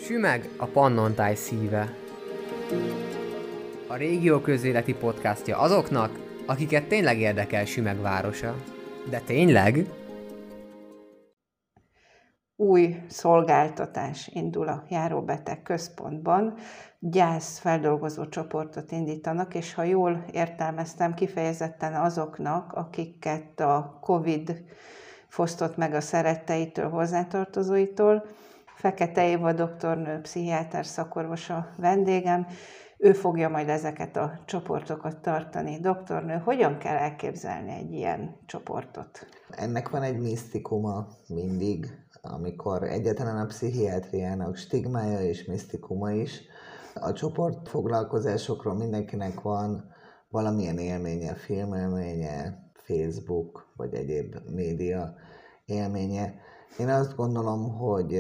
Sümeg a Pannontáj szíve. A régió közéleti podcastja azoknak, akiket tényleg érdekel Sümeg városa. De tényleg? Új szolgáltatás indul a Járóbeteg központban, gyászfeldolgozó csoportot indítanak, és ha jól értelmeztem, kifejezetten azoknak, akiket a Covid fosztott meg a szeretteitől, hozzátartozóitól. Fekete Éva doktornő, pszichiáter szakorvos a vendégem, ő fogja majd ezeket a csoportokat tartani. Doktornő, hogyan kell elképzelni egy ilyen csoportot? Ennek van egy misztikuma mindig, amikor egyáltalán a pszichiátriának stigmája és misztikuma is. A csoportfoglalkozásokról mindenkinek van valamilyen élménye, filmélménye, Facebook vagy egyéb média élménye. Én azt gondolom, hogy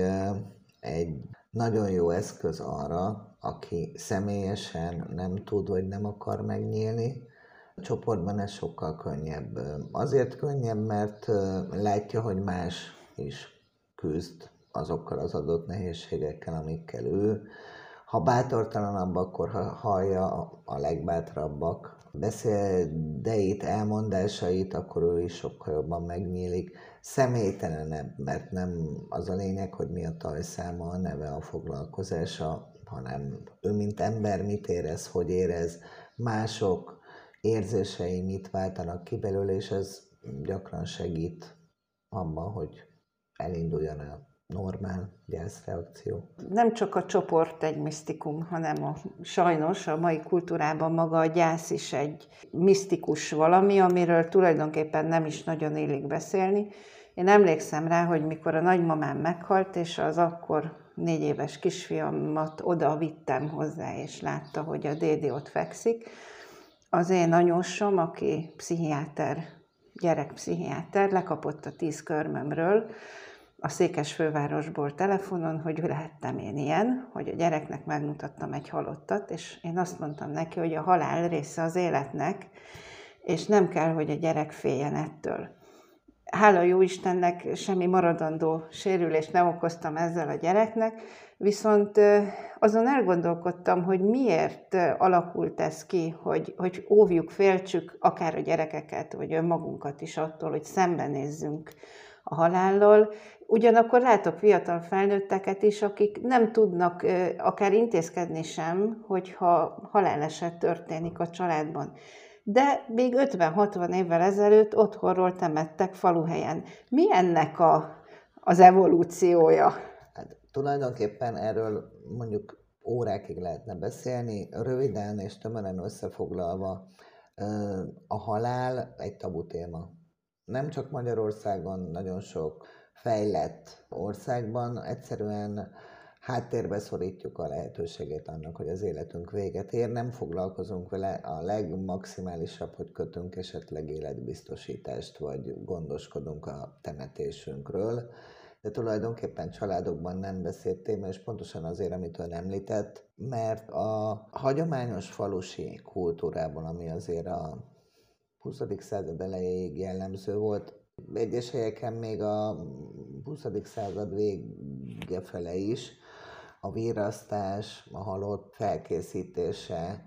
egy nagyon jó eszköz arra, aki személyesen nem tud vagy nem akar megnyílni. A csoportban ez sokkal könnyebb. Azért könnyebb, mert látja, hogy más is küzd azokkal az adott nehézségekkel, amikkel ő. Ha bátortalanabb, akkor hallja a legbátrabbak beszédeit, elmondásait, akkor ő is sokkal jobban megnyílik. Személytelenebb, mert nem az a lényeg, hogy mi a tajszáma, a neve, a foglalkozása, hanem ő, mint ember mit érez, hogy érez, mások érzései mit váltanak ki belőle, és ez gyakran segít abban, hogy elinduljon a normál gyászreakció. Nem csak a csoport egy misztikum, hanem sajnos a mai kultúrában maga a gyász is egy misztikus valami, amiről tulajdonképpen nem is nagyon illik beszélni. Én emlékszem rá, hogy mikor a nagymamám meghalt, és az akkor 4 éves kisfiamat oda vittem hozzá, és látta, hogy a dédi ott fekszik. Az én anyósom, aki pszichiáter, gyerekpszichiáter, lekapott a 10 körmömről, a Székesfővárosból telefonon, hogy lehettem én ilyen, hogy a gyereknek megmutattam egy halottat, és én azt mondtam neki, hogy a halál része az életnek, és nem kell, hogy a gyerek féljen ettől. Hála jó Istennek semmi maradandó sérülést nem okoztam ezzel a gyereknek, viszont azon elgondolkodtam, hogy miért alakult ez ki, hogy óvjuk, féltsük akár a gyerekeket, vagy önmagunkat is attól, hogy szembenézzünk a halállal. Ugyanakkor látok fiatal felnőtteket is, akik nem tudnak akár intézkedni sem, hogyha haláleset történik a családban. De még 50-60 évvel ezelőtt otthonról temettek faluhelyen. Mi ennek az evolúciója? Hát, tulajdonképpen erről mondjuk órákig lehetne beszélni, röviden és tömören összefoglalva, a halál egy tabu téma. Nem csak Magyarországon, nagyon sok fejlett országban egyszerűen háttérbe szorítjuk a lehetőségét annak, hogy az életünk véget ér, nem foglalkozunk vele, a legmaximálisabb, hogy kötünk esetleg életbiztosítást, vagy gondoskodunk a temetésünkről, de tulajdonképpen családokban nem beszélt téma, és pontosan azért, amit ön említett, mert a hagyományos falusi kultúrában, ami azért a 20. század elejéig jellemző volt, egyes helyeken még a 20. század vége fele is, a virrasztás, a halott felkészítése,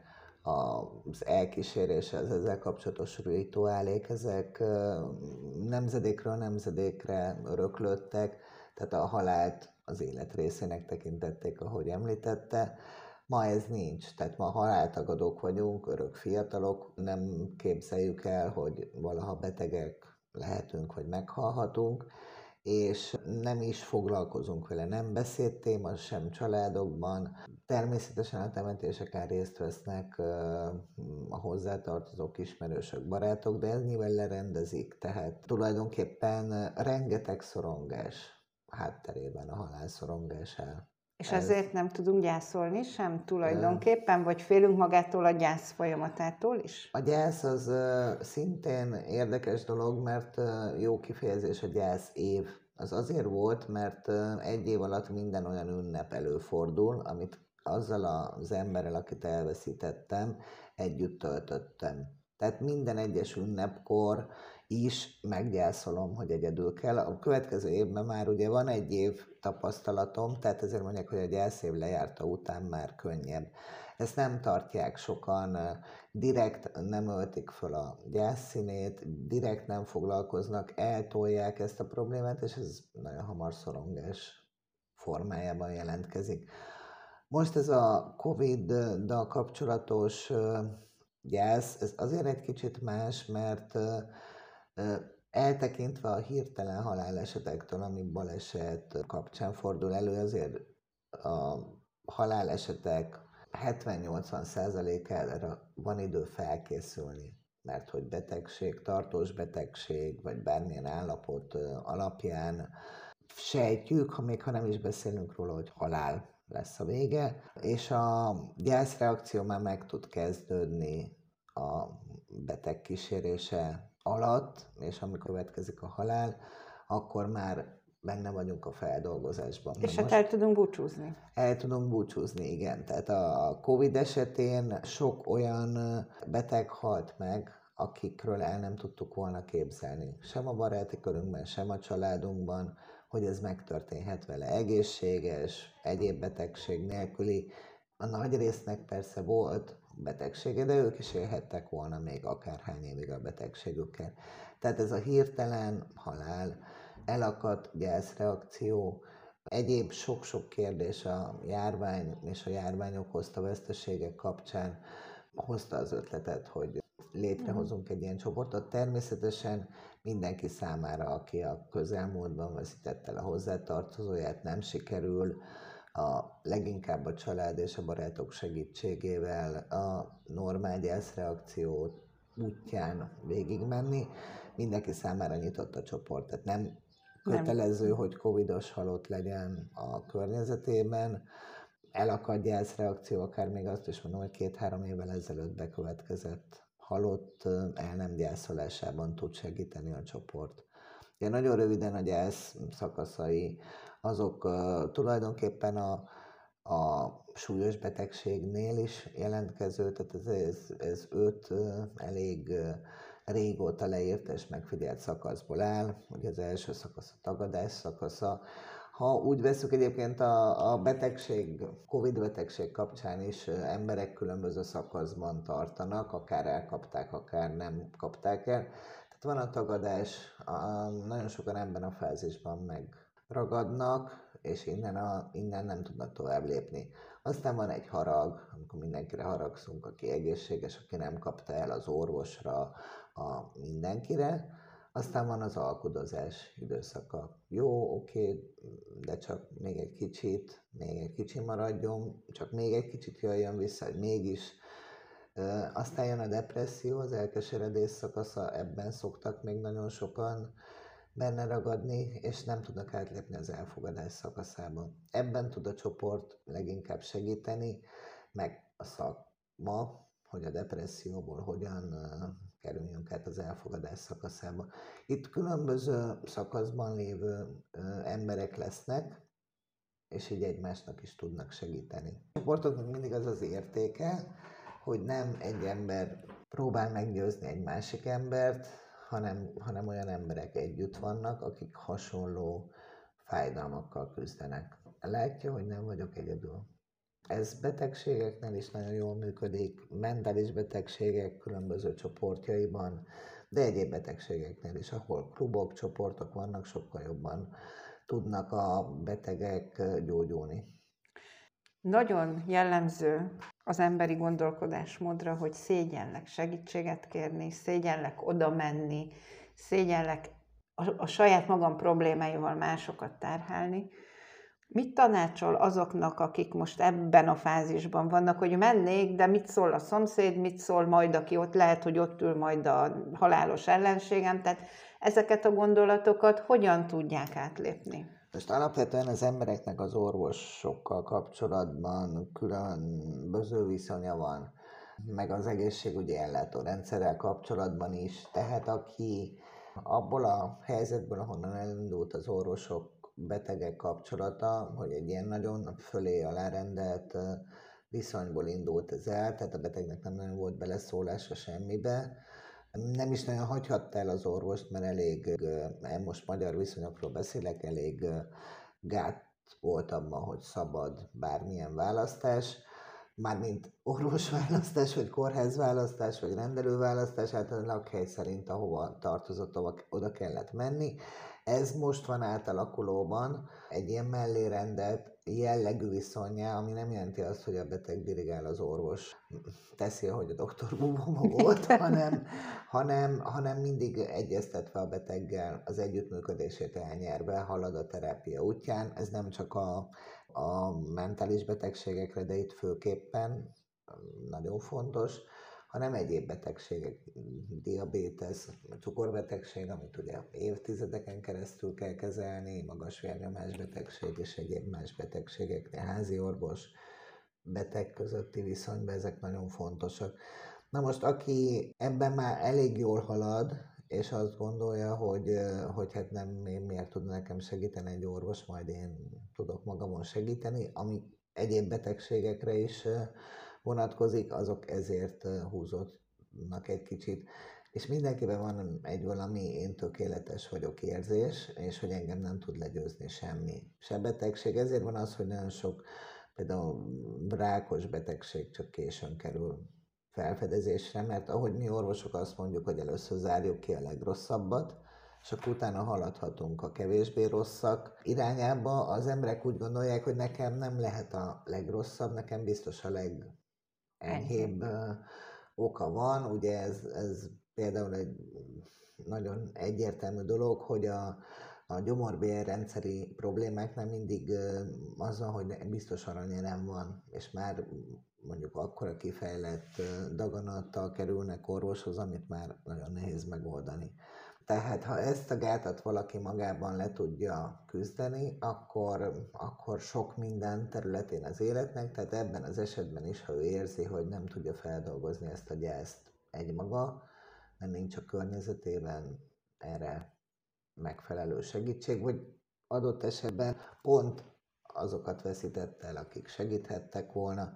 az elkísérése, az ezzel kapcsolatos rituálék, ezek nemzedékről nemzedékre öröklődtek, tehát a halált az élet részének tekintették, ahogy említette. Ma ez nincs, tehát ma haláltagadók vagyunk, örök fiatalok, nem képzeljük el, hogy valaha betegek lehetünk, vagy meghalhatunk, és nem is foglalkozunk vele, nem beszédtéma sem családokban. Természetesen a temetéseken részt vesznek a hozzátartozók, ismerősök, barátok, de ez nyilván lerendezik, tehát tulajdonképpen rengeteg szorongás hátterében a halálszorongás áll. És ezért nem tudunk gyászolni sem tulajdonképpen, vagy félünk magától a gyász folyamatától is? A gyász az szintén érdekes dolog, mert jó kifejezés a gyász év. Az azért volt, mert egy év alatt minden olyan ünnep előfordul, amit azzal az emberrel, akit elveszítettem, együtt töltöttem. Tehát minden egyes ünnepkor is meggyászolom, hogy egyedül kell. A következő évben már ugye van egy év tapasztalatom, tehát ezért mondják, hogy a gyászév lejárta után már könnyebb. Ezt nem tartják sokan, direkt nem öltik föl a gyászszínét, direkt nem foglalkoznak, eltolják ezt a problémát, és ez nagyon hamar szorongás formájában jelentkezik. Most ez a Covid-dal kapcsolatos gyász, ez azért egy kicsit más, mert eltekintve a hirtelen halálesetektől, ami baleset kapcsán fordul elő, azért a halálesetek 70-80%-ára van idő felkészülni, mert hogy betegség, tartós betegség, vagy bármilyen állapot alapján sejtjük, még ha nem is beszélünk róla, hogy halál lesz a vége, és a gyászreakció már meg tud kezdődni a beteg kísérése alatt, és amikor következik a halál, akkor már benne vagyunk a feldolgozásban. És hát el tudunk búcsúzni. El tudunk búcsúzni, igen. Tehát a Covid esetén sok olyan beteg halt meg, akikről el nem tudtuk volna képzelni. Sem a baráti körünkben, sem a családunkban, hogy ez megtörténhet vele. Egészséges, egyéb betegség nélküli. A nagy résznek persze volt betegsége, de ők is élhettek volna még akárhány évig a betegségükkel. Tehát ez a hirtelen halál, elakadt gyászreakció, egyéb sok-sok kérdés a járvány és a járvány okozta veszteségek kapcsán hozta az ötletet, hogy létrehozunk egy ilyen csoportot. Természetesen mindenki számára, aki a közelmúltban veszítette el a hozzátartozóját, nem sikerül leginkább a család és a barátok segítségével a normál gyászreakció útján végigmenni. Mindenki számára nyitott a csoport, tehát nem kötelező, hogy covidos halott legyen a környezetében. Elakadt gyászreakció, akár még azt is mondom, hogy 2-3 évvel ezelőtt bekövetkezett halott el nem gyászolásában tud segíteni a csoport. Ugye nagyon röviden a gyász szakaszai, azok tulajdonképpen a súlyos betegségnél is jelentkező, tehát ez 5 elég régóta leírt és megfigyelt szakaszból áll. Ugye az első szakasz a tagadás szakasza. Ha úgy veszük egyébként a betegség, Covid betegség kapcsán is emberek különböző szakaszban tartanak, akár elkapták, akár nem kapták el. Tehát van a tagadás, nagyon sokan ebben a fázisban megragadnak, és innen nem tudnak tovább lépni. Aztán van egy harag, amikor mindenkire haragszunk, aki egészséges, aki nem kapta el az orvosra, mindenkire. Aztán van az alkudozás időszaka. Jó, oké, de csak még egy kicsi maradjon, csak még egy kicsit jöjjön vissza, hogy mégis. Aztán jön a depresszió, az elkeseredés szakasza, ebben szoktak még nagyon sokan benne ragadni, és nem tudnak átlépni az elfogadás szakaszába. Ebben tud a csoport leginkább segíteni, meg a szakma, hogy a depresszióból hogyan kerüljünk át az elfogadás szakaszába. Itt különböző szakaszban lévő emberek lesznek, és így egymásnak is tudnak segíteni. A csoportoknak mindig az az értéke, hogy nem egy ember próbál meggyőzni egy másik embert, hanem olyan emberek együtt vannak, akik hasonló fájdalmakkal küzdenek. Látja, hogy nem vagyok egyedül. Ez betegségeknél is nagyon jól működik, mentális betegségek különböző csoportjaiban, de egyéb betegségeknél is, ahol klubok, csoportok vannak, sokkal jobban tudnak a betegek gyógyulni. Nagyon jellemző az emberi gondolkodásmódra, hogy szégyellek segítséget kérni, szégyellek oda menni, szégyellek a saját magam problémáival másokat terhelni. Mit tanácsol azoknak, akik most ebben a fázisban vannak, hogy mennék, de mit szól a szomszéd, mit szól majd, aki ott lehet, hogy ott ül majd a halálos ellenségem, tehát ezeket a gondolatokat hogyan tudják átlépni? Most alapvetően az embereknek az orvosokkal kapcsolatban különböző viszonya van, meg az egészségügyi ellátórendszerrel kapcsolatban is. Tehát aki abból a helyzetből, ahonnan elindult az orvosok betegek kapcsolata, hogy egy ilyen nagyon fölé alárendelt viszonyból indult ez el, tehát a betegnek nem nagyon volt beleszólása semmibe, Nem is nagyon hagyhatta el az orvost, mert elég, most magyar viszonyokról beszélek, elég gát volt abban, hogy szabad bármilyen választás, mármint orvosválasztás, vagy kórházválasztás, vagy rendelőválasztás, hát a lakhely szerint ahova tartozott, oda kellett menni. Ez most van átalakulóban egy ilyen mellérendelt jellegű viszonyá, ami nem jelenti azt, hogy a beteg dirigál az orvos, teszi, ahogy a doktor Bubóma volt, hanem mindig egyeztetve a beteggel, az együttműködését elnyerve halad a terápia útján. Ez nem csak a mentális betegségekre, de itt főképpen nagyon fontos, hanem egyéb betegségek, diabétesz, cukorbetegség, amit ugye évtizedeken keresztül kell kezelni, magas vérnyomásbetegség és egyéb más betegségeknél, házi orvos, beteg közötti viszonyban ezek nagyon fontosak. Na most, aki ebben már elég jól halad, és azt gondolja, hogy hát nem, miért tud nekem segíteni egy orvos, majd én tudok magamon segíteni, ami egyéb betegségekre is vonatkozik, azok ezért húzódnak egy kicsit. És mindenkiben van egy valami én tökéletes vagyok érzés, és hogy engem nem tud legyőzni semmi. Se betegség, ezért van az, hogy nagyon sok például rákos betegség csak későn kerül felfedezésre, mert ahogy mi orvosok azt mondjuk, hogy először zárjuk ki a legrosszabbat, és akkor utána haladhatunk a kevésbé rosszak irányába. Az emberek úgy gondolják, hogy nekem nem lehet a legrosszabb, nekem biztos a legenyhébb oka van. Ugye ez például egy nagyon egyértelmű dolog, hogy a gyomorbélrendszeri problémáknál mindig az van, hogy biztos aranyelem van, és már mondjuk akkora kifejlett daganattal kerülnek orvoshoz, amit már nagyon nehéz megoldani. Tehát ha ezt a gátat valaki magában le tudja küzdeni, akkor sok minden területén az életnek, tehát ebben az esetben is, ha ő érzi, hogy nem tudja feldolgozni ezt a gyászt egymaga, mert nincs a környezetében erre megfelelő segítség, vagy adott esetben pont azokat veszítette el, akik segíthettek volna,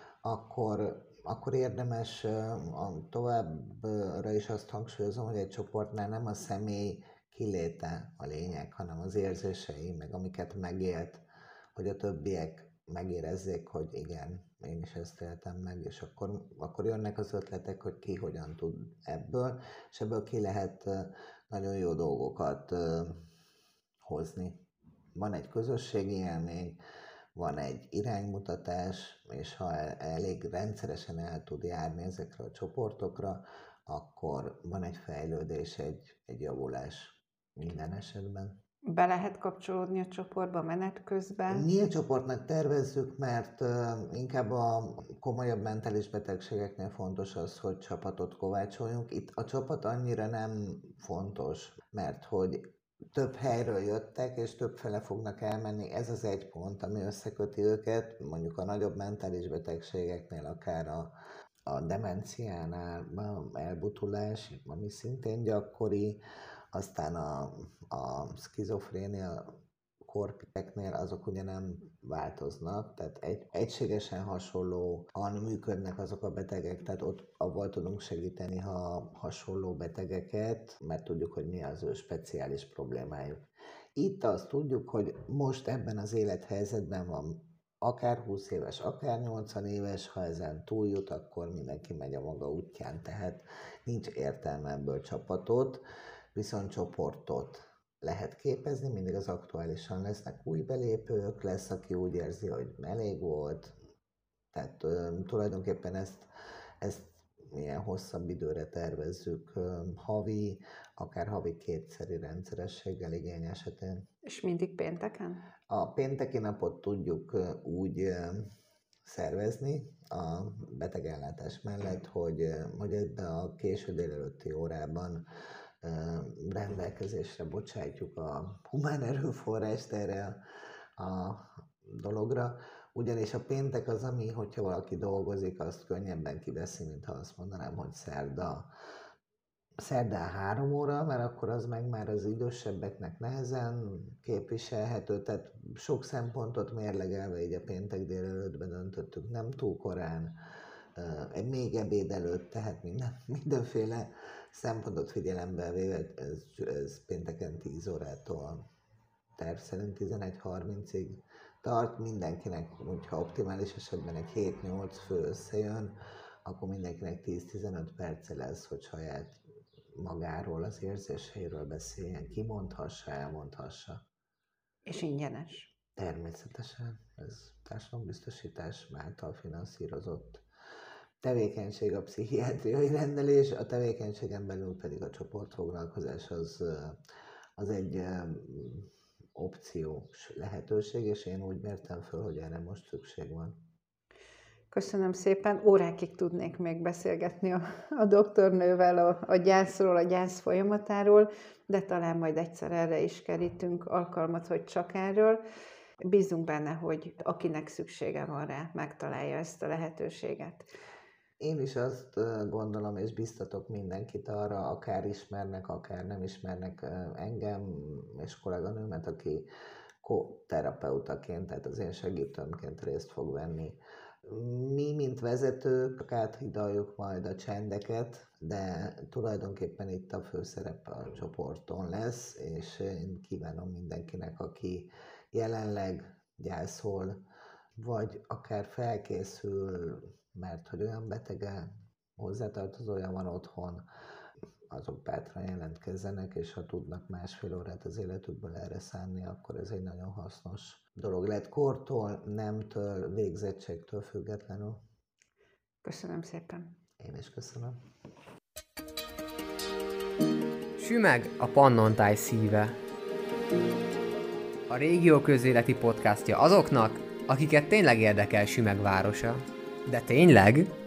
akkor érdemes továbbra is azt hangsúlyozom, hogy egy csoportnál nem a személy kiléte a lényeg, hanem az érzései, meg amiket megélt, hogy a többiek megérezzék, hogy igen, én is ezt éltem meg, és akkor jönnek az ötletek, hogy ki hogyan tud ebből, és ebből ki lehet nagyon jó dolgokat hozni. Van egy közösségi élmény, van egy iránymutatás, és ha elég rendszeresen el tud járni ezekre a csoportokra, akkor van egy fejlődés, egy javulás minden esetben. Be lehet kapcsolódni a csoportba menet közben? Mi a csoportnak tervezzük, mert inkább a komolyabb mentális betegségeknél fontos az, hogy csapatot kovácsoljunk. Itt a csapat annyira nem fontos, mert hogy több helyről jöttek, és többfele fognak elmenni. Ez az egy pont, ami összeköti őket, mondjuk a nagyobb mentális betegségeknél, akár a demenciánál, elbutulás, ami szintén gyakori, aztán a szkizofrénia korpikeknél azok ugye nem változnak, tehát egységesen hasonlóan működnek azok a betegek, tehát ott abban tudunk segíteni, ha hasonló betegeket, mert tudjuk, hogy mi az ő speciális problémájuk. Itt azt tudjuk, hogy most ebben az élethelyzetben van akár 20 éves, akár 80 éves, ha ezen túljut, akkor mindenki megy a maga útján, tehát nincs értelme ebből csapatot, viszont csoportot lehet képezni, mindig az aktuálisan lesznek új belépők, lesz, aki úgy érzi, hogy elég volt, tehát tulajdonképpen ezt milyen hosszabb időre tervezzük, akár havi kétszeri rendszerességgel igény esetén. És mindig pénteken? A pénteki napot tudjuk úgy szervezni a betegellátás mellett, hogy ebbe a késő délelőtti órában rendelkezésre bocsátjuk a humán erőforrást erre a dologra, ugyanis a péntek az, ami, hogyha valaki dolgozik, azt könnyebben kiveszi, mint ha azt mondanám, hogy szerdán 3 óra, mert akkor az meg már az idősebbeknek nehezen képviselhető, tehát sok szempontot mérlegelve így a péntek délelőttben döntöttük, nem túl korán, egy még ebéd előtt, tehát mindenféle szempontot figyelembe véve, ez pénteken 10 órától terv szerint 11:30-ig tart mindenkinek, hogyha optimális esetben egy 7-8 fő összejön, akkor mindenkinek 10-15 perce lesz, hogy saját magáról, az érzéseiről beszéljen, kimondhassa, elmondhassa. És ingyenes. Természetesen, ez társadalombiztosítás által finanszírozott tevékenység, a pszichiátriai rendelés, a tevékenységen belül pedig a csoportfoglalkozás az egy opciós lehetőség, és én úgy mértem föl, hogy erre most szükség van. Köszönöm szépen, órákig tudnék még beszélgetni a doktornővel a gyászról, a gyász folyamatáról, de talán majd egyszer erre is kerítünk alkalmat, hogy csak erről. Bízunk benne, hogy akinek szüksége van rá, megtalálja ezt a lehetőséget. Én is azt gondolom, és biztatok mindenkit arra, akár ismernek, akár nem ismernek engem és kolléganőmet, aki terapeutaként, tehát az én segítőmként részt fog venni. Mi, mint vezetők, áthidaljuk majd a csendeket, de tulajdonképpen itt a főszerep a csoporton lesz, és én kívánom mindenkinek, aki jelenleg gyászol, vagy akár felkészül, mert hogy olyan betege, hozzátartozója van otthon, azok bátran jelentkezzenek, és ha tudnak másfél órát az életükből erre szánni, akkor ez egy nagyon hasznos dolog lehet kortól, nemtől, végzettségtől függetlenül. Köszönöm szépen. Én is köszönöm. Sümeg a Pannontáj szíve. A régió közéleti podcastja azoknak, akiket tényleg érdekel Sümeg városa. De tényleg?